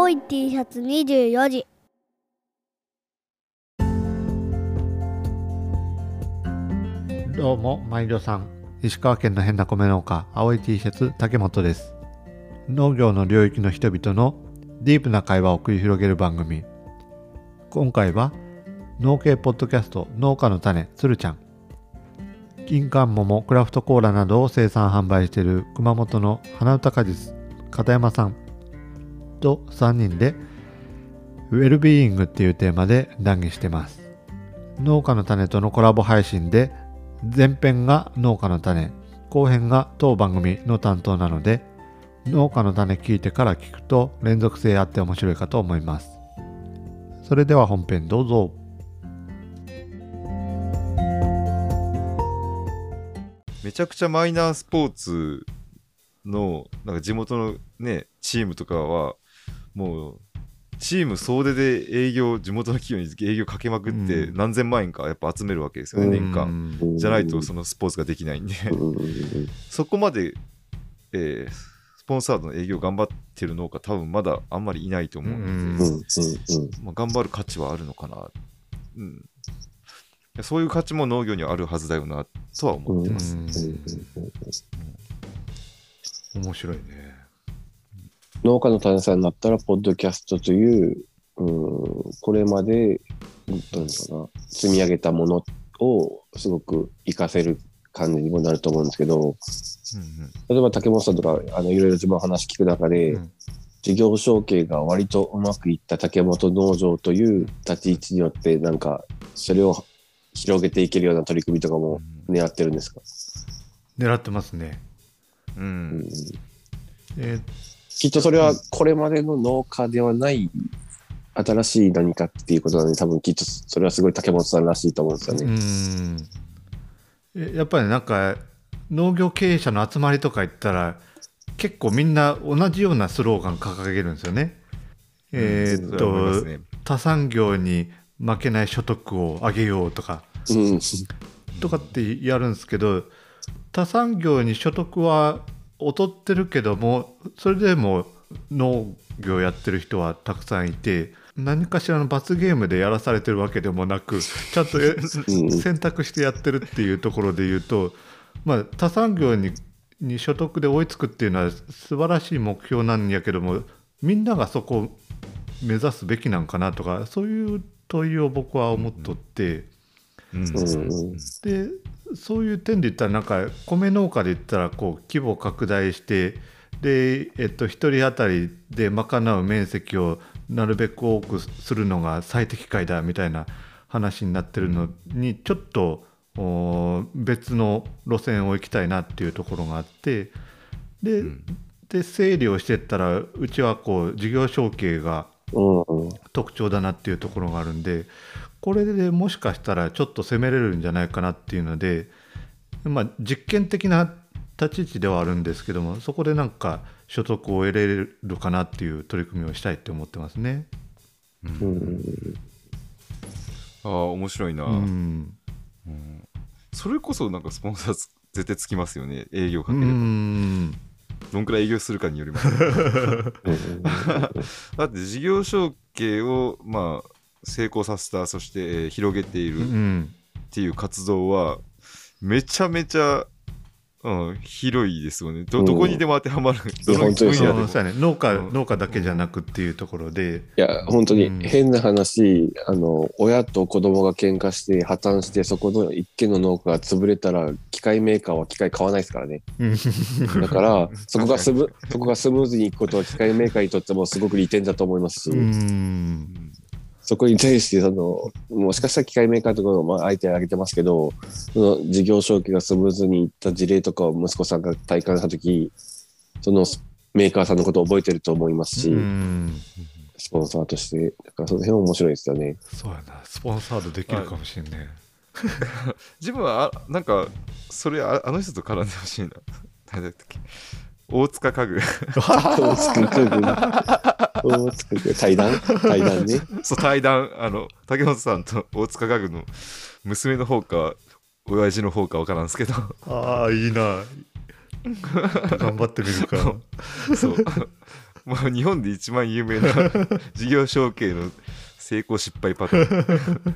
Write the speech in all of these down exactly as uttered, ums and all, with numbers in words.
青い T シャツにじゅうよじ。 どうも毎度さん、石川県の変な米農家青い T シャツ竹本です。農業の領域の人々のディープな会話を繰り広げる番組。今回は農系ポッドキャスト農家の種つるちゃん、金柑桃クラフトコーラなどを生産販売している熊本の花歌果実片山さんとさんにんでウェルビーイングっていうテーマで談義してます。農家の種とのコラボ配信で前編が農家の種、後編が当番組の担当なので、農家の種聞いてから聞くと連続性あって面白いかと思います。それでは本編どうぞ。 めちゃくちゃマイナースポーツのなんか地元のねチームとかはもうチーム総出で営業、地元の企業に営業かけまくって何千万円かやっぱ集めるわけですよね、年間じゃないとそのスポーツができないんでそこまで、えー、スポンサードの営業頑張ってる農家多分まだあんまりいないと思うので、まあ、頑張る価値はあるのかな、うん、そういう価値も農業にはあるはずだよなとは思ってます。 面白いね。 農家の種さんになったらポッドキャストという、うん、これまでどういうのかな、積み上げたものをすごく活かせる感じにもなると思うんですけど、うんうん、例えば竹本さんとかあのいろいろ自分の話聞く中で、うん、事業承継が割とうまくいった竹本農場という立ち位置によってなんかそれを広げていけるような取り組みとかも狙ってるんですか？ 狙ってますね。うん、うん、 えーきっとそれはこれまでの農家ではない新しい何かっていうことなので、多分きっとそれはすごい竹本さんらしいと思うんですよね。 うん、やっぱりなんか農業経営者の集まりとか行ったら結構みんな同じようなスローガン掲げるんですよね。うん、えー、っと、ね、他産業に負けない所得を上げようとか、うん、とかってやるんですけど、他産業に所得は劣ってるけどもそれでも農業やってる人はたくさんいて、何かしらの罰ゲームでやらされてるわけでもなくちゃんと選択してやってるっていうところで言うと、まあ、他産業 に, に所得で追いつくっていうのは素晴らしい目標なんやけども、みんながそこを目指すべきなんかなとか、そういう問いを僕は思っとって、うんうん、でそういう点で言ったらなんか米農家で言ったらこう規模拡大してで、えっと、ひとり当たりで賄う面積をなるべく多くするのが最適解だみたいな話になってるのにちょっと別の路線を行きたいなっていうところがあって、で、うん、で整理をしていったらうちはこう事業承継が特徴だなっていうところがあるんで、これでもしかしたらちょっと攻めれるんじゃないかなっていうので、まあ、実験的な立ち位置ではあるんですけども、そこでなんか所得を得れるかなっていう取り組みをしたいって思ってますね。うん、 ああ面白いな、うんうん、それこそなんかスポンサー絶対つきますよね、営業かければ。うん、どんくらい営業するかによりますだって事業承継をまあ成功させた、そして、えー、広げているっていう活動はめちゃめちゃ、うん、広いですよね。 ど, どこにでも当てはまる、うん、どの分野でも、 そうね、農家、うん、農家だけじゃなくっていうところで、 いや本当に変な話、うん、あの親と子供が喧嘩して破綻してそこの一軒の農家が潰れたら機械メーカーは機械買わないですからねだからそこがスムそこがスムーズにいくことは機械メーカーにとってもすごく利点だと思いますし、うんそこに対してそのもしかしたら機械メーカーとかもまあ相手挙げてますけど、その事業承継がスムーズにいった事例とかを息子さんが体感したとき、そのメーカーさんのことを覚えてると思いますし、うんスポンサーとして、だからその辺面白いですよね。 そうやな、スポンサードできるかもしれない自分はあなんかそれ あ, あの人と絡んでほしいな誰だったっけ、大塚家具大塚家具大塚家具対談対談ねそう対談、あの竹本さんと大塚家具の娘の方か親父の方か分からんすけど、 ああいいな頑張ってみるかそうもう日本で一番有名な事業承継の成功失敗パターン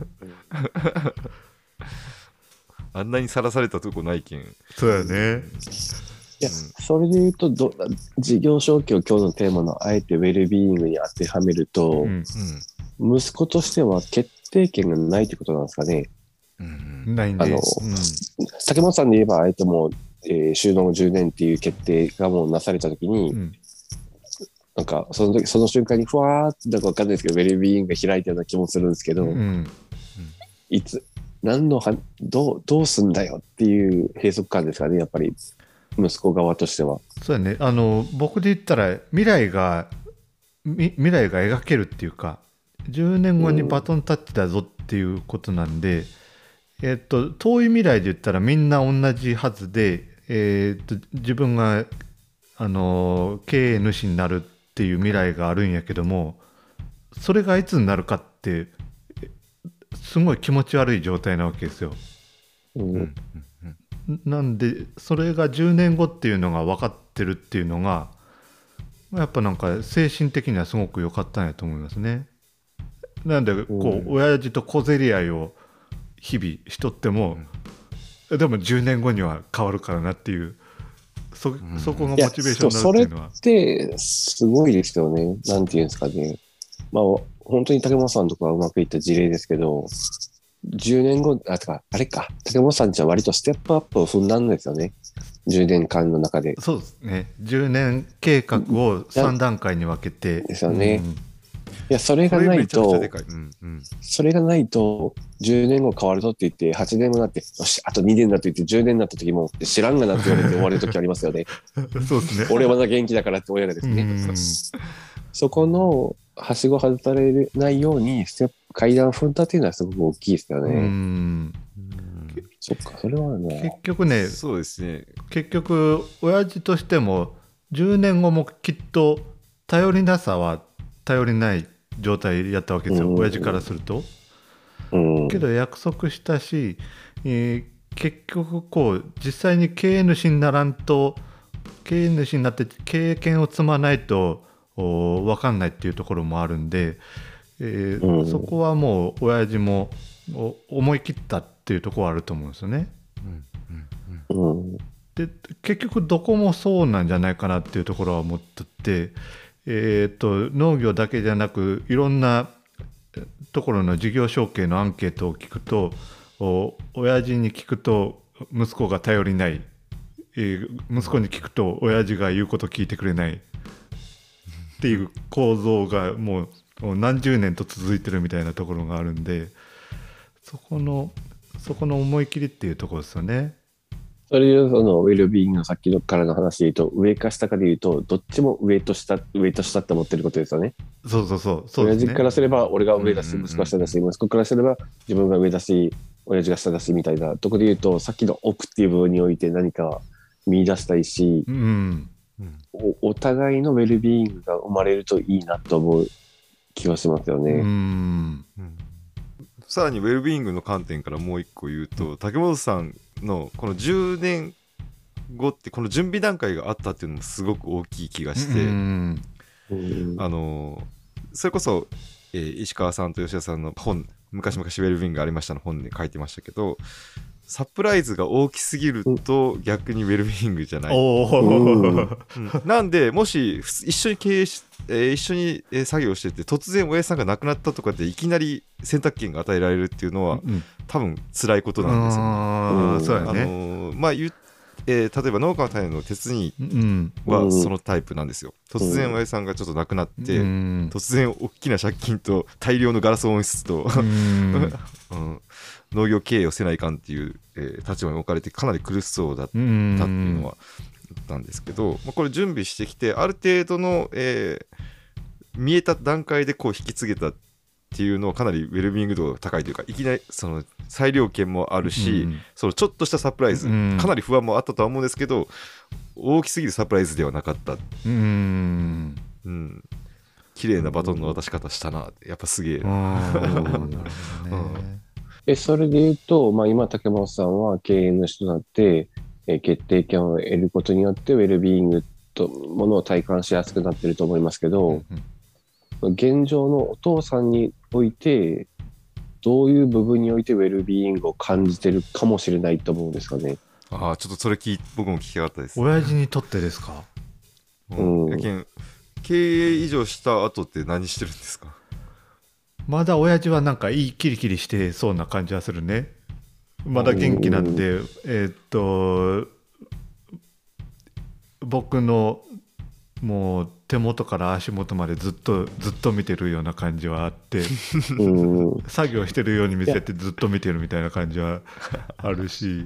あんなにさらされたとこないけん。 そうやね。 いや、それで言うとど、事業承継を今日のテーマのあえてウェルビーイングに当てはめると、 うん息子としては決定権がないってことなんですかね。 うんうんないんで、 あのうん竹本さんで言えば、あえてもう、えー、収納後じゅうねんっていう決定がもうなされたときに、 うんなんかその時その瞬間にふわーってなんかわかんないですけど、ウェルビーイングが開いたような気もするんですけど、 うんいつ、何のは、どう、どうすんだよっていう閉塞感ですかね、やっぱり、息子側としては。 そうやね。あの僕で言ったら未来がみ未来が描けるっていうか、じゅうねんごにバトンタッチだぞっていうことなんで、えっと遠い未来で言ったらみんな同じはずで、えっと自分があの経営主になるっていう未来があるんやけども、それがいつになるかってすごい気持ち悪い状態なわけですよ。 うんうんうんなんでそれがじゅうねんごっていうのが分かってるっていうのがやっぱなんか精神的にはすごく良かったんやと思いますね。なんでこう、 うん親父と小競り合いを日々しとっても、でもじゅうねんごには変わるからなっていう、そ, んそこがモいやチベーションになるっていうのは。 で、すごいですよね。なんていうんですかね。まあ、本当に竹本さんとかはうまくいった事例ですけど、じゅうねんご、あ、てか、あれか、竹本さんちは割とステップアップを踏んだんですよね。じゅうねんかんの中で。 そうですね。じゅうねん計画をさん段階に分けて。 ですよねうんいや、それがないこれめちゃくちゃとで、かい。うんうんそれがないと、じゅうねんご変わるぞって言って、はちねんごになって、よし、あとにねんだって言って、じゅうねんになった時も、知らんがなって言われて終わる時ありますよね。 そうですね。 俺まだ元気だからって親がですね。 うんそこの、はしご外されないように、ステップ、階段を踏んだっていうのはすごく大きいですよね。 うんそっか、それはね。 結局ね、 そうですね。 結局親父としてもじゅうねんごもきっと頼りなさは頼りない状態やったわけですよ、 うん親父からすると。 うん。 けど約束したし、えー結局こう実際に経営主にならんと、経営主になって経験を積まないとお分かんないっていうところもあるんで、えーうんそこはもう親父もお思い切ったっていうところはあると思うんですよね。 うんうんうん。 で結局どこもそうなんじゃないかなっていうところは思ってて、えー、と農業だけじゃなくいろんなところの事業承継のアンケートを聞くと、お親父に聞くと息子が頼りない、えー息子に聞くと親父が言うこと聞いてくれないっていう構造がもうもう何十年と続いてるみたいなところがあるんで、そこのそこの思い切りっていうところですよね。 それでそのウェルビーイングのさっきのからの話で言うと、上か下かで言うと、どっちも上と下、上と下って思ってることですよね。 そうそうそうそうですね。 親父からすれば俺が上だし、 うんうんうん息子が下だし、息子からすれば自分が上だし、親父が下だしみたいなとこで言うと、さっきの奥っていう部分において何か見出したいし、 うんうんお、お互いのウェルビーイングが生まれるといいなと思う気がしますようね。 んうんさらにウェルビーイングの観点からもう一個言うと、竹本さんのこのじゅうねんごってこの準備段階があったっていうのもすごく大きい気がして、 うんうんあのそれこそ、えー石川さんと吉田さんの本昔々ウェルビーイングがありましたの本で書いてましたけど、サプライズが大きすぎると逆にウェルビーイングじゃない、 おお、 うんうんなんでもしふつ一緒に経営し、えー一緒にえー作業してて突然親父さんが亡くなったとかでいきなり選択権が与えられるっていうのはうん多分辛いことなんですよね。 あうんあのーそうやね。 ーまあ言うえー例えば農家の種の手継ぎうんはそのタイプなんですよ。突然親父さんがちょっと亡くなって、 うん突然大きな借金と大量のガラス温室と、 うんうん農業経営をせないかんっていう、えー立場に置かれてかなり苦しそうだったうっていうんのはあったんですけど、まあ、これ準備してきてある程度の、えー見えた段階でこう引き継げたっていうのはかなりウェルビーイング度が高いというか、いきなりその裁量権もあるし、 うんそのちょっとしたサプライズ、 うんかなり不安もあったとは思うんですけど大きすぎるサプライズではなかった、 うんうん、綺麗なバトンの渡し方したな、やっぱすげえあな。 ーなるほどね。 え、それで言うと、まあ今竹本さんは経営主となって、えー決定権を得ることによってウェルビーイングとものを体感しやすくなってると思いますけうど、 んうん現状のお父さんにおいてどういう部分においてウェルビーイングを感じてるかもしれないと思うんですかね。 ああ、ちょっとそれ聞い僕も聞きたかったです。 親父にとってですか？ うんうんやけん経営以上した後って何してるんですか？ まだ親父はなんかいいキリキリしてそうな感じはするね。まだ元気なんで、えーっと僕のもう手元から足元までずっとずっと見てるような感じはあってうん作業してるように見せてずっと見てるみたいな感じはあるし、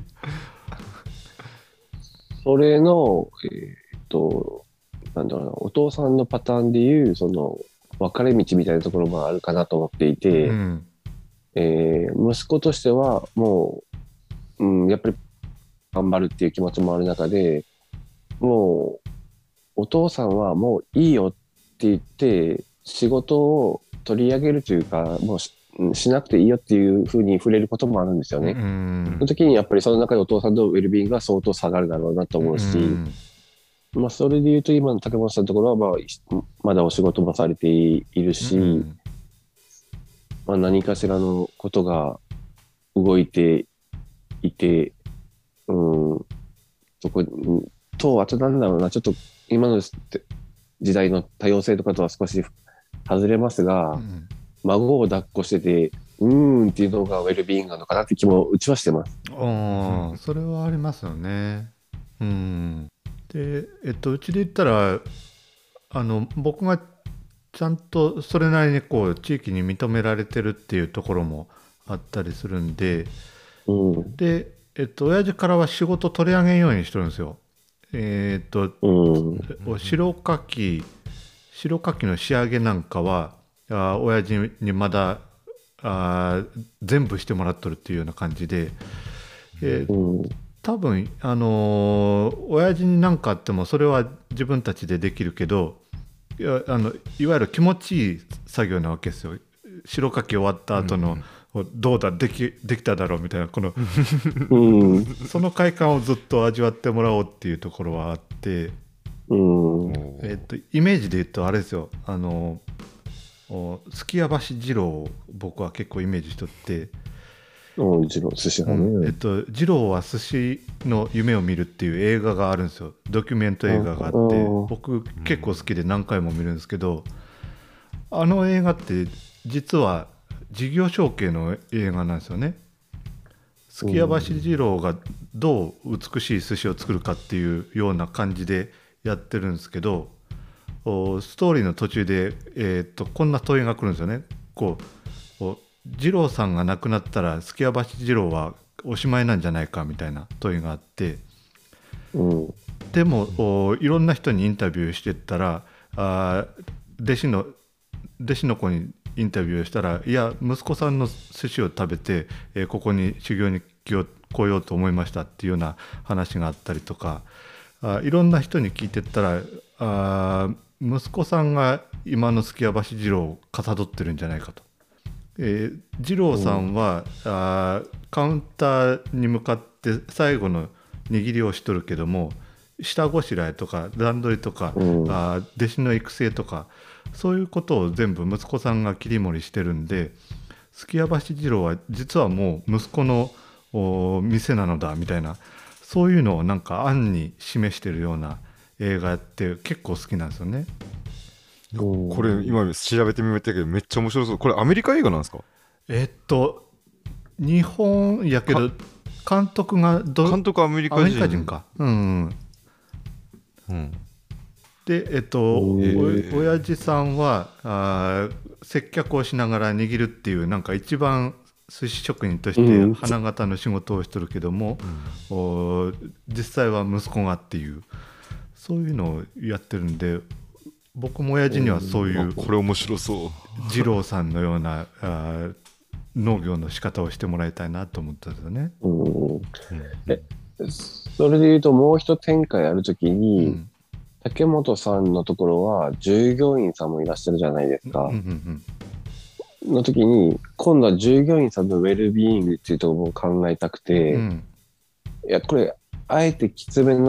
それの、えーっと、なんだろうな、お父さんのパターンでいうその分かれ道みたいなところもあるかなと思っていて、 うんえー息子としてはもう、うん、やっぱり頑張るっていう気持ちもある中で、もうお父さんはもういいよって言って仕事を取り上げるというか、もう し, しなくていいよっていうふうに触れることもあるんですよね。 うんその時にやっぱりその中でお父さんのウェルビーイングが相当下がるだろうなと思うし、 うんまあそれで言うと今の竹本さんのところはまあいまだお仕事もされているし、 うんまあ、何かしらのことが動いていて、うん、そこうんと、あとなんだろうな、ちょっと今の時代の多様性とかとは少し外れますが、 うん孫を抱っこしてて、うーんっていうのがウェルビーイングなのかなって気もうちはしてます。 ああ、それはありますよね。うん。で、えっと、うちで言ったら、あの、僕がちゃんとそれなりにこう、地域に認められてるっていうところもあったりするんで、 うん。 で、えっと、親父からは仕事取り上げんようにしてるんですよ。えっと、 うん。 白柿、白柿の仕上げなんかは、あ親父にまだあ全部してもらっとるっていうような感じで、えーうん。 多分あのー親父に何かあってもそれは自分たちでできるけど、いやあのいわゆる気持ちいい作業なわけですよ。白柿終わった後の、どうだできできただろうみたいなこのうん。 その快感をずっと味わってもらおうっていうところはあって、 うん。 えっとイメージで言うとあれですよ、あのおすきや橋二郎を僕は結構イメージしとって、 うん。うちの寿司だうんえっね。 と二郎は寿司の夢を見るっていう映画があるんですよ。ドキュメント映画があってうん僕結構好きで何回も見るんですけど、あの映画って実は事業承継の映画なんですよね。すきや橋二郎がどう美しい寿司を作るかっていうような感じでやってるんですけど、おストーリーの途中で、えー、とこんな問いが来るんですよね。こうお二郎さんが亡くなったらすきや橋二郎はおしまいなんじゃないかみたいな問いがあって、 うん。 でもおいろんな人にインタビューしてったら、あ弟子の弟子の子にインタビューしたら、いや息子さんの寿司を食べて、えーここに修行に来よ来ようと思いましたっていうような話があったりとか、あいろんな人に聞いてったら、あ息子さんが今のすきや橋二郎をかたどってるんじゃないかと。えー二郎さんは、あカウンターに向かって最後の握りをしとるけども、下ごしらえとか段取りとか、 うんあ弟子の育成とかそういうことを全部息子さんが切り盛りしてるんで、すきや橋二郎は実はもう息子のお店なのだみたいな、そういうのをなんか暗に示してるような映画って結構好きなんですよね。 うんこれ今調べてみましたけどめっちゃ面白そう。これアメリカ映画なんですか？ えっと日本やけど監督がど監督アメリカ人。 アメリカ人か。うんうんうん。 でえっとおーお親父さんはあー接客をしながら握るっていうなんか一番寿司職人としうんて花形の仕事をしてるけども、お実際は息子がっていうそういうのをやってるんで、僕も親父にはそういあうこれ面白そう。 二郎さんのようなあー農業の仕方をしてもらいたいなと思ったんですよね。 うん。えそれで言うともう一展開あるときうに、 ん竹本さんのところは従業員さんもいらっしゃるじゃないですか。 うんうんの時に今度は従業員さんのウェルビーイングっていうところも考えたくて、 うんうんいやこれあえてきつめの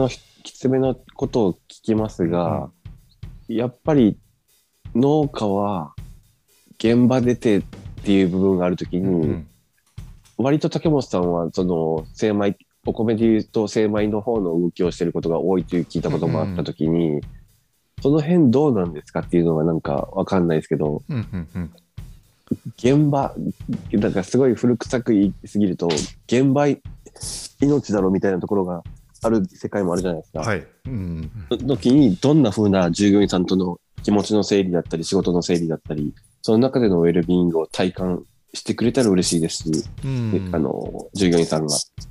きつめのことを聞きますが、うん、やっぱり農家は現場出てっていう部分があるときに、うん、割と竹本さんはその精米、お米でいうと精米の方の動きをしていることが多いという聞いたこともあったときに、うんうん、その辺どうなんですかっていうのがなんかわかんないですけど、うんうんうん、現場、なんかすごい古臭く言いすぎると、現場命だろみたいなところがある世界もあるじゃないですか。はい。うん。その時にどんな風な従業員さんとの気持ちの整理だったり、仕事の整理だったり、その中でのウェルビーイングを体感してくれたら嬉しいですし、うん、あの、従業員さんが。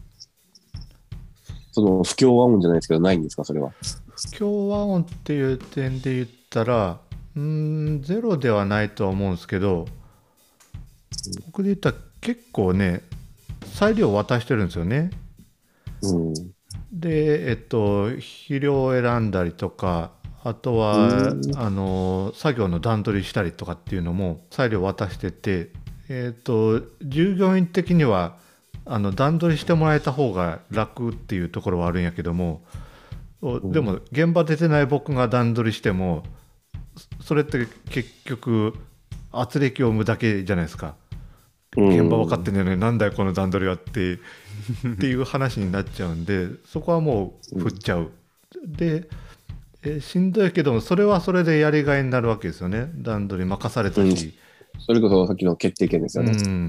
その不協和音じゃないですけど、ないんですか、それは。 不協和音っていう点で言ったら、うーん、ゼロではないとは思うんですけど、僕で言ったら結構ね、材料を渡してるんですよね。うん、で、えっと、肥料を選んだりとか、あとは、あの作業の段取りしたりとかっていうのも材料を渡してて、えっと、従業員的にはあの段取りしてもらえた方が楽っていうところはあるんやけども、でも現場出てない僕が段取りしてもそれって結局圧力を生むだけじゃないですか。現場分かってんのになんだよこの段取りはってっていう話になっちゃうんで、そこはもう振っちゃう。でえしんどいけどもそれはそれでやりがいになるわけですよね。段取り任されたし、うん、 それこそさっきの決定権ですよね。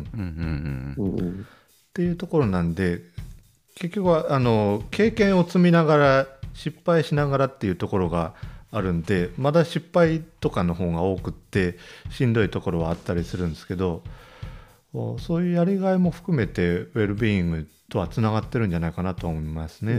っていうところなんで、結局はあの経験を積みながら失敗しながらっていうところがあるんで、まだ失敗とかの方が多くってしんどいところはあったりするんですけど、そういうやりがいも含めてウェルビーイングとはつながってるんじゃないかなと思いますね。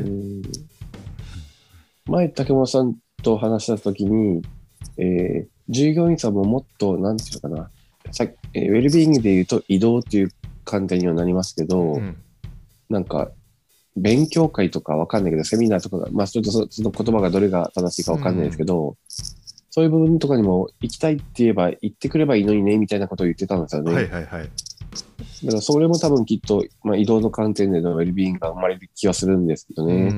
前竹本さんと話したときに、えー、従業員さんももっとなんていうのかな、さ、えー、ウェルビーイングでいうと移動という観点にはなりますけど、うん、なんか勉強会とかわかんないけどセミナーとかが、まあちょっとその言葉がどれが正しいかわかんないですけど、うん、そういう部分とかにも行きたいって言えば行ってくればいいのにねみたいなことを言ってたんですよね。はいはいはい。だからそれも多分きっと、まあ、移動の観点でのウェルビーイングが生まれる気はするんですけどね。うん、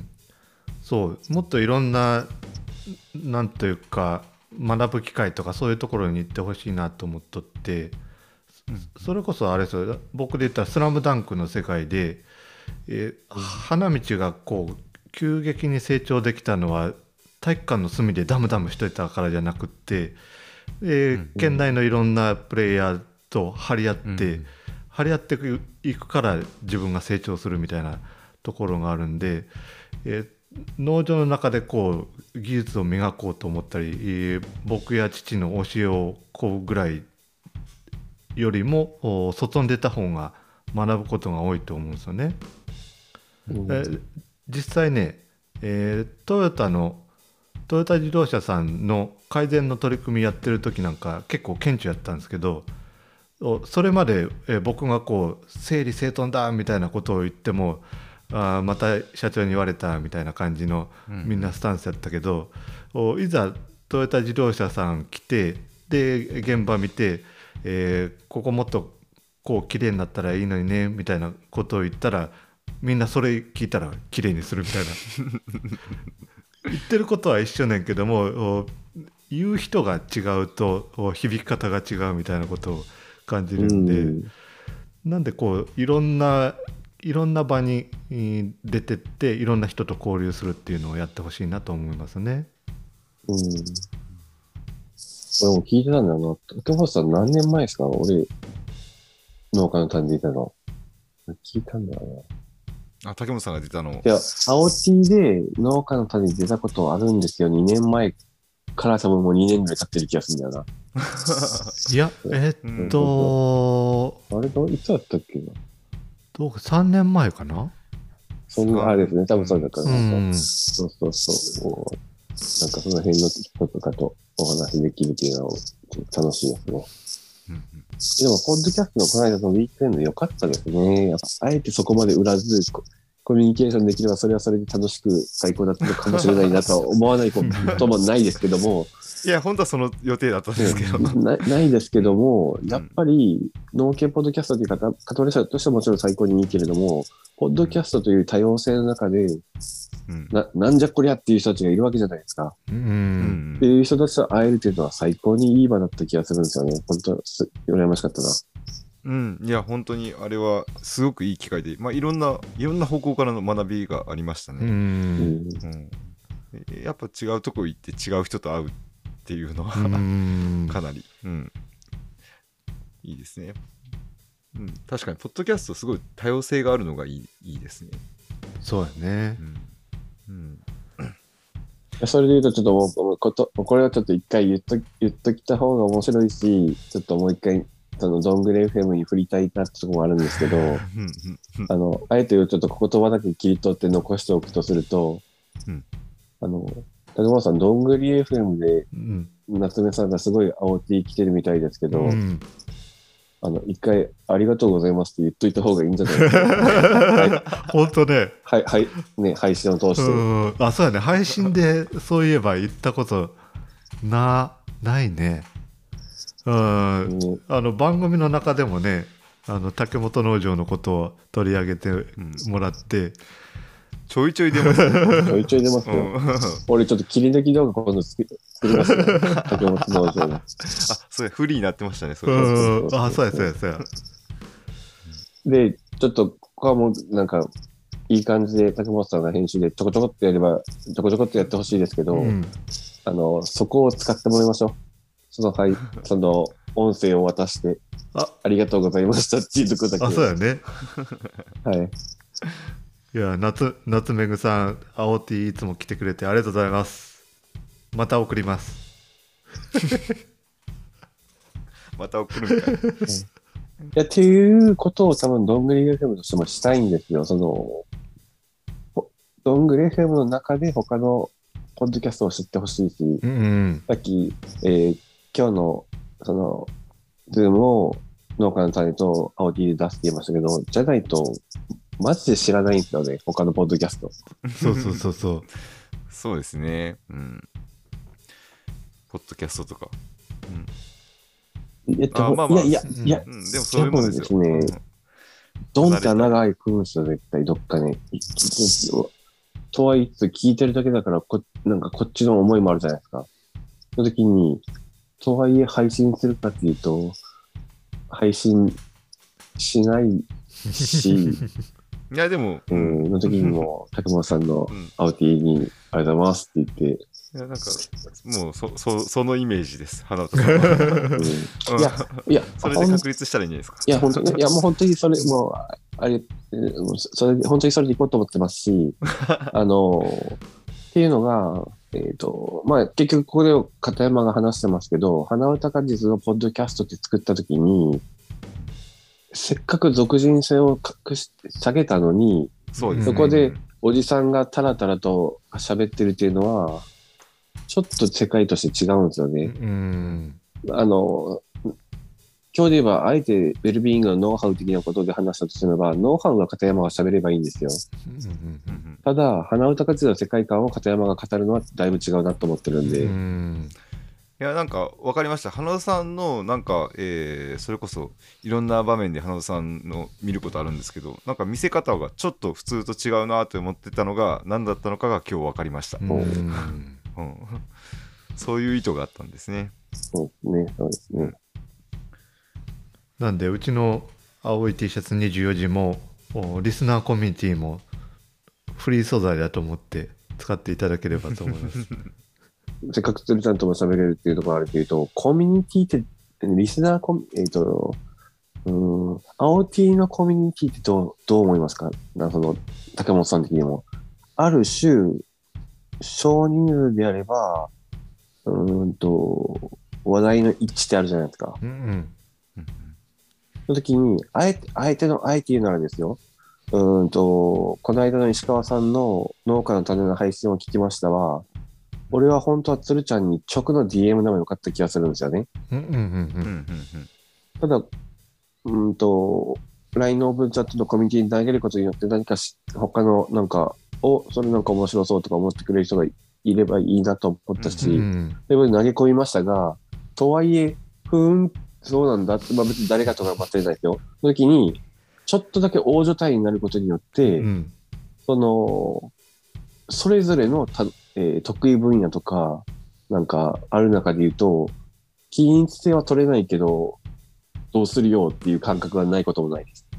そうもっといろんななんというか学ぶ機会とかそういうところに行ってほしいなと思っとって、うん、それこそあれですよ、僕で言ったらスラムダンクの世界で、えー、花道がこう急激に成長できたのは体育館の隅でダムダムしといたからじゃなくって、えーうん、県内のいろんなプレイヤーと張り合って、うん、張り合っていくから自分が成長するみたいなところがあるんで、えー農場の中でこう技術を磨こうと思ったり、僕や父の教えをこうぐらいよりも外に出た方が学ぶことが多いと思うんですよね。うん、え実際ね、えー、トヨタのトヨタ自動車さんの改善の取り組みやってる時なんか結構顕著やったんですけど、それまで、えー、僕がこう整理整頓だみたいなことを言っても、あまた社長に言われたみたいな感じのみんなスタンスやったけど、うん、いざトヨタ自動車さん来てで現場見て、えー、ここもっとこう綺麗になったらいいのにねみたいなことを言ったらみんなそれ聞いたら綺麗にするみたいな言ってることは一緒ねんけども言う人が違うと響き方が違うみたいなことを感じるんで、うん、なんでこういろんないろんな場に出てっていろんな人と交流するっていうのをやってほしいなと思いますね。 うん。俺も聞いてたんだよな。竹本さん何年前ですか？俺、農家の種でいたの。聞いたんだよな。あ、竹本さんが出たの。 いや、青 T で農家の種に出たことあるんですよ。にねんまえから多分もうにねんぐらい経ってる気がするんだよな。 いや、えー、っと、 あれどいつだったっけな。 どうさんねんまえかな。 そんなあれですね、多分そうだから、うん、そうそうそう、なんかその辺の人とかとお話できるっていうのは楽しいですね。うんうん、でも、ポッドキャストのこの間のウィークエンド良かったですね。やっぱあえてそこまで売らず、コミュニケーションできればそれはそれで楽しく最高だったのかもしれないなとは思わないこともないですけども。 いや、本当はその予定だったんですけど。 な, ないですけども、やっぱり農系ポッドキャストという方、カトレ社としてはもちろん最高にいいけれども、ポッドキャストという多様性の中で、 うんな、なんじゃこりゃっていう人たちがいるわけじゃないですか。 ううんんっていう人たちと会えるっていうのは最高にいい場だった気がするんですよね。本当す羨ましかったな。 うん、いや本当にあれはすごくいい機会で、まあ、いろんないろんな方向からの学びがありましたうね、 んうんやっぱ違うとこ行って違う人と会うっていうのは、 うんかなり、うん、いいですね、うん、確かにポッドキャストすごい多様性があるのがいい、いいですね、 そうやねうんうんそれで言うとちょっともうもうこと、これはちょっと一回言っと言っときた方が面白いし、ちょっともう一回、そのどんぐり エフエム に振りたいなってところもあるんですけど、 うんうんあの、あえてちょっと言葉だけ切り取って残しておくとすると、 うんあの、高本さん、どんぐり エフエム でうん夏目さんがすごい青 T 来てるみたいですけど、 うんあの、一回ありがとうございますって言っといた方がいいんじゃないですか。はい、 本当ねはい、はい、ね、配信を通して。 うんあそうやね配信でそういえば言ったことなないねうんねあの番組の中でもねあの竹本農場のことを取り上げてもらって、 ちょいちょい出ますね、 ちょいちょい出ますよ。 うんあ俺ちょっと切り抜き動画今度作作りますよ。竹本農場の。 それフリーになってましたねそれ、 うんあそうやそうやそうやで、ちょっとここはもうなんか、いい感じで竹本さんが編集でちょこちょこっとやれば、ちょこちょこっとやってほしいですけど、 うんあの、そこを使ってもらいましょう。その、はい、その、音声を渡して、 あありがとうございましたっていうところだけ。 あそうやねはい。 いや夏夏めぐさん青 T いつも来てくれてありがとうございますまた送りますまた送るみたいな。 いや、っていうことを多分、どんぐり エフエム としてもしたいんですよ。その、ほどんぐり エフエム の中で他のポッドキャストを知ってほしいし、 うんうんさっき、えー今日の、その、ズームを農家の種と青 T で出すって言いましたけど、じゃないと、マジで知らないんですよね、他のポッドキャスト。 そうそうそうそうそうですね。うん。ポッドキャストとか。 いや、でもあまあまあいや、いや、 うんいや、 うん。うん、でもそういうもんですよ。 多分ですねドンって穴が開くんですよ、絶対、どっかね。いとは言いつつ、聞いてるだけだからこ、なんかこっちの思いもあるじゃないですか。その時に、とはいえ配信するかっていうと、配信しないし、 いや、でも、 ううんん、の時にも、竹本さんのうんアウティに、ありがとうございますって言って、 いや、なんか、もうそ、そ、そのイメージです、花とかは。 うん、いや、いや、 それで確立したらいいんじゃないですか。 いや、本当に、いや、もう本当にそれ、もう、ああれ、うんそれ、本当にそれでいこうと思ってますし、あの、っていうのが、えっ、と、まあ、結局ここで片山が話してますけど、花歌果実のポッドキャストって作ったときに、せっかく俗人性を隠し、下げたのに、 そうですね。 そこでおじさんがタラタラと喋ってるっていうのは、ちょっと世界として違うんですようね。 んあの、今日で言えば、あえてウェルビーイングのノウハウ的なことで話したとすれば、ノウハウは片山が喋ればいいんですよ。 うんうんただ、花歌活動の世界観を片山が語るのはだいぶ違うなと思ってるんで、 うんいや、なんか、わかりました。花田さんの、なんか、えーそれこそ、いろんな場面で花田さんの見ることあるんですけど、なんか見せ方がちょっと普通と違うなと思ってたのが、何だったのかが今日わかりました。 うんうんそういう意図があったんですね。 そうですね、そうですね。 なんでうちの青い T シャツにじゅうよじもおリスナーコミュニティもフリー素材だと思って使っていただければと思いますせっかく鶴ちゃんとも喋れるっていうところがあるけど、コミュニティって、リスナーコミ、えっ、と、うーん、青 T のコミュニティってどう、どう思いますか？なその、竹本さん的にも。ある種、少人数であれば、うーんと、話題の一致ってあるじゃないですか。 うんうんその時に、あえて、相手の、あえて言うならですよ。うーんと、この間の石川さんの農家の種の配信を聞きましたは、俺は本当は鶴ちゃんに直の ディーエム でもよかった気がするんですよね。 うんうんうんうんうんただ、うーんと、ライン のオープンチャットのコミュニティに投げることによって何かし、他のなんか、お、それなんか面白そうとか思ってくれる人がいればいいなと思ったし、 うんうんということで投げ込みましたが、とはいえ、ふーん、そうなんだって、まあ別に誰かとか忘れないですよ。その時に、ちょっとだけ大所帯になることによって、 うんその、 それぞれのた、えー得意分野とか、なんかある中で言うと、均一性は取れないけど、どうするよっていう感覚がないこともないです。 うん。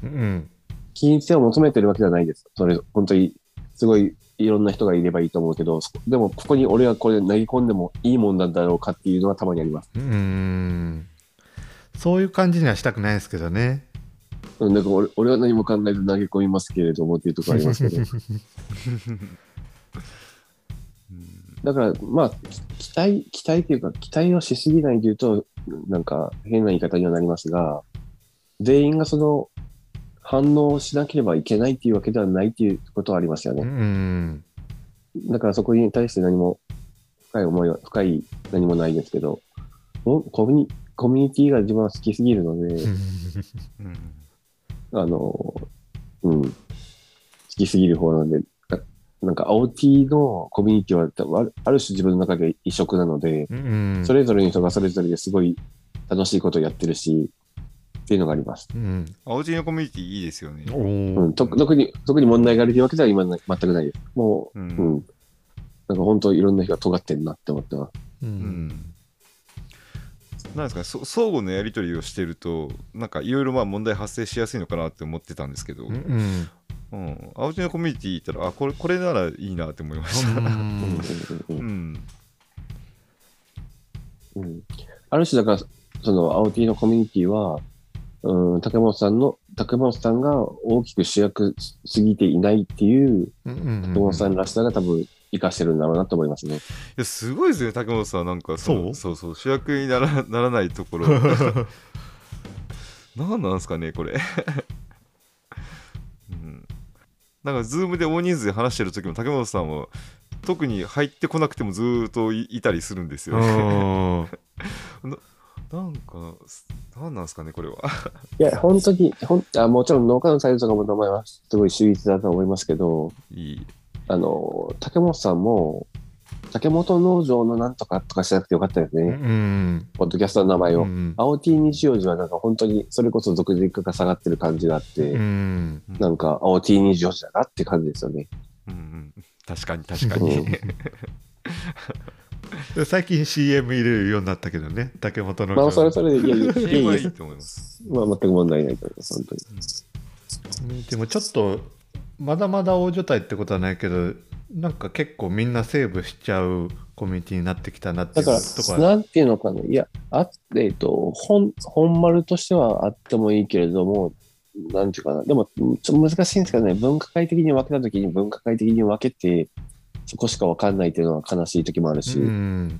均一性を求めてるわけではないです。それ、本当に、すごいいろんな人がいればいいと思うけど、でもここに俺はこれ投げ込んでもいいもんなんだろうかっていうのはたまにあります。 うーん。そういう感じにはしたくないですけどね。 うん、なんか俺俺は何も考えず投げ込みますけれどもっていうところありますけど。だから、まあ、期待、期待というか、期待をしすぎないというと、なんか変な言い方にはなりますが、全員がその反応しなければいけないっていうわけではないっていうことはありますよね。 うん。 だからそこに対して何も深い思いは、深い何もないですけど、コミュニ、コミュニティが自分は好きすぎるので、あの、うん、好きすぎる方なので、なんか オーティー のコミュニティはあるある種自分の中で異色なので、 うん、 それぞれの人がそれぞれですごい楽しいことをやってるし、っていうのがあります。 うん、 オーティー のコミュニティいいですよね。 うん、と特に、特に問題があるというわけでは今全くないです。もう、 うん。 うん、なんか本当いろんな人が尖ってるなって思ってます。 ううんん。なんですかね、そ相互のやり取りをしてると、なんかいろいろまあ問題発生しやすいのかなって思ってたんですけど、 うんうんうん、アウトのコミュニティ行ったら、あ、これ、これならいいなって思いました。 うんうん。 うん、ある種だから、その オーティー のコミュニティは、うん、竹本さんの、竹本さんが大きく主役すぎていないっていう、竹本さんらしさが多分生かしてるんだろうなと思いますね。いや、すごいですね、竹本さん。なんかそそうそうそう、主役になら、ならないところ。何なんですかね、これ。うん、なんか、ズームで大人数で話してる時も、竹本さんは、特に入ってこなくてもずーっと い, いたりするんですよね。な, なんか、何なんですかね、これは。 いや、本当に、ほんあもちろん農家のサイズとかも名前はすごい秀逸だと思いますけど、 いい。 あの、竹本さんも、竹本農場のなんとかとかしなくてよかったですね。 うん、 ポッドキャストの名前を。 うん、 青 T 日曜寺はなんか本当にそれこそ俗人化が下がってる感じがあって、 うん、 なんか青 T 日曜寺だなって感じですよね。 うんうん、確かに確かに。 うん、最近 シーエム 入れるようになったけどね、竹本の。 まあそれそれで、いやいや、いやいやいいと思います。 まあ全く問題ないと思います、本当に。 でもちょっと、まだまだ大所帯ってことはないけど、なんか結構みんなセーブしちゃうコミュニティになってきたなっていうところ。 だから、なんていうのかな、いや、あえっと、本、本丸としてはあってもいいけれども、なんていうかな、でも、ちょっと難しいんですけどね、文化会的に分けたときに文化会的に分けて、そこしか分かんないっていうのは悲しい時もあるし、 うん、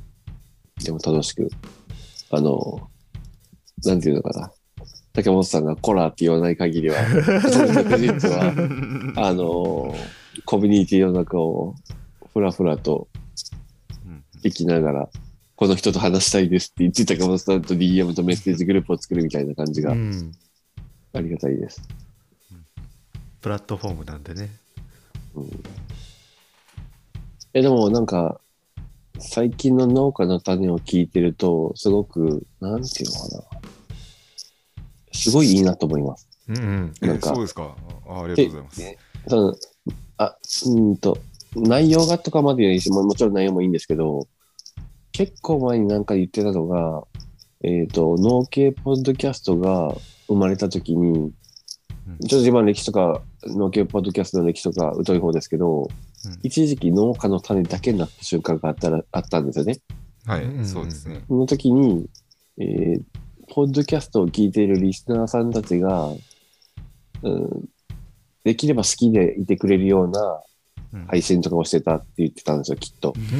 でも楽しく、あの、なんていうのかな、竹本さんがコラって言わない限りは、実は、あの、コミュニティの中をふらふらと行きながら、この人と話したいですって言って竹本さんと ディーエム とメッセージグループを作るみたいな感じがありがたいです。 うん、プラットフォームなんでね。 うん、え、でもなんか、最近の農家の種を聞いてると、すごく、なんていうのかな。すごいいいなと思います。 うんうん、 なんかそうですか。あ。ありがとうございます。 そのあうんと内容がとかまでいいし、もちろん内容もいいんですけど、結構前になんか言ってたのが、えっと、農系ポッドキャストが生まれた時に、うん、ちょっと今歴史とか、農系ポッドキャストの歴史とか疎い方ですけど、うん、一時期農家の種だけになった瞬間があったらあったんですよね。 はい、うん、そうですね。 その時に、えー、ポッドキャストを聞いているリスナーさんたちが、うん、できれば好きでいてくれるような配信とかをしてたって言ってたんですよ、きっと。 うん、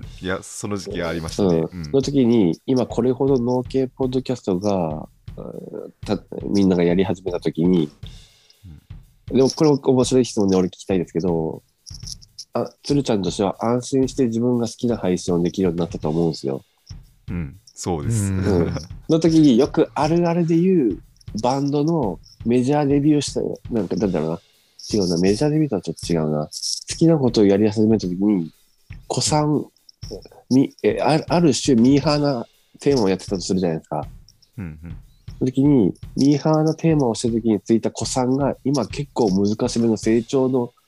いや、その時期ありましたね。 うん、その時に、今これほど農系ポッドキャストが、たみんながやり始めた時に、うん、でもこれ面白い質問で俺聞きたいですけど、あ、鶴ちゃんとしては安心して自分が好きな配信をできるようになったと思うんですよ。 うん、そうです。 うん、の時によくあるあるで言うバンドのメジャーデビューした、なんかなんだろうな、違うな、メジャーデビューとはちょっと違うな。好きなことをやり始めたときに、古参、みえあ、ある種ミーハーなテーマをやってたとするじゃないですか。 うんうん、 その時に、ミーハーなテーマをしたときについた古参が、今結構難しめの成長の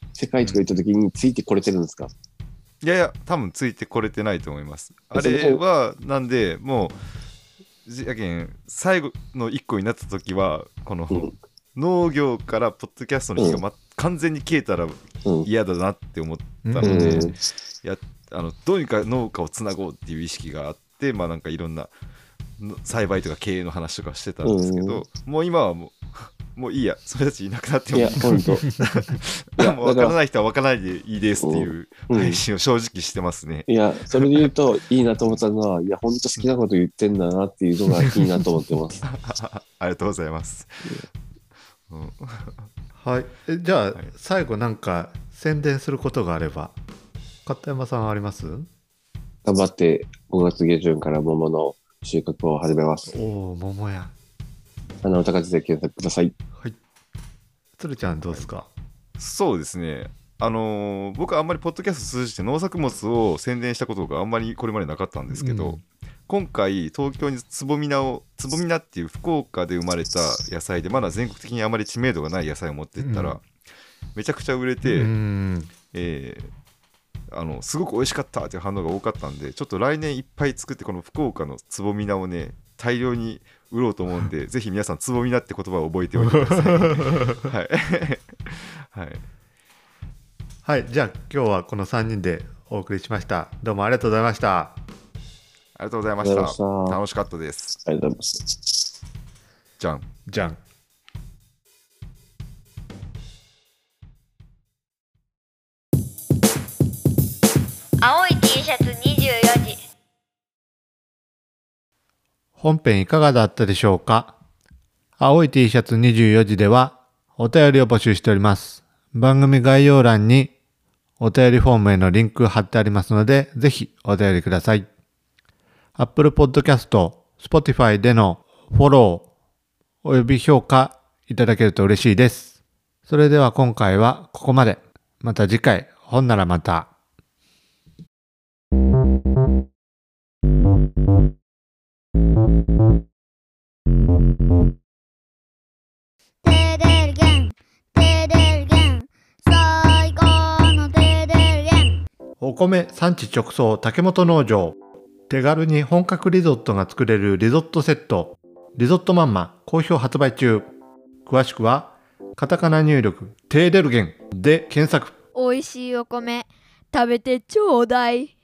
世界とか行った時についてこれてるんですか？ いやいや、多分ついてこれてないと思います。あれはなんでもうじやけん最後のいっこになった時はこの、うん、農業からポッドキャストの日が、まうん、完全に消えたら嫌だなって思ったので、うん、いやあのどうにか農家をつなごうっていう意識があって、まあなんかいろんな栽培とか経営の話とかしてたんですけど、うん、もう今はもうもういいや、それたちいなくなってもいい。いや、本当。もう分からない人は分からないでいいですっていう配信を正直してますね。 うん、いや、それで言うといいなと思ったのは、いや、本当好きなこと言ってんだなっていうのがいいなと思ってます。 ありがとうございます。 うん、はい。えじゃあ、はい、最後なんか宣伝することがあれば、片山さんあります？ 頑張ってごがつ下旬から桃の収穫を始めます。 おお、桃や。 あの高地で検索ください。 はい。鶴ちゃんどうですか？はい、 そうですね。あのー、僕はあんまりポッドキャスト通じて農作物を宣伝したことがあんまりこれまでなかったんですけど、うん、今回東京につぼみなをつぼみなっていう福岡で生まれた野菜でまだ全国的にあまり知名度がない野菜を持っていったら、うん、めちゃくちゃ売れて、うん、えー、あのすごく美味しかったっていう反応が多かったんで、ちょっと来年いっぱい作ってこの福岡のつぼみなをね大量に売ろうと思うんでぜひ皆さんつぼみなって言葉を覚えておいてください。はいはいはい、じゃあ今日はこのさんにんでお送りしました。どうもありがとうございました。 ありがとうございました。楽しかったです。 ありがとうございます。 じゃんじゃん。 青い T シャツにじゅうよじ。 本編いかがだったでしょうか？青い T シャツにじゅうよじではお便りを募集しております。番組概要欄にお便りフォームへのリンク貼ってありますので、ぜひお便りください。Apple Podcast、Spotify でのフォローおよび評価いただけると嬉しいです。それでは今回はここまで。また次回、ほんならまた。 テレルゲンテレルゲン最高のテレルゲン。 お米産地直送竹本農場。手軽に本格リゾットが作れるリゾットセットリゾットマンマ好評発売中。詳しくはカタカナ入力テーデルゲンで検索。 おいしいお米食べてちょうだい。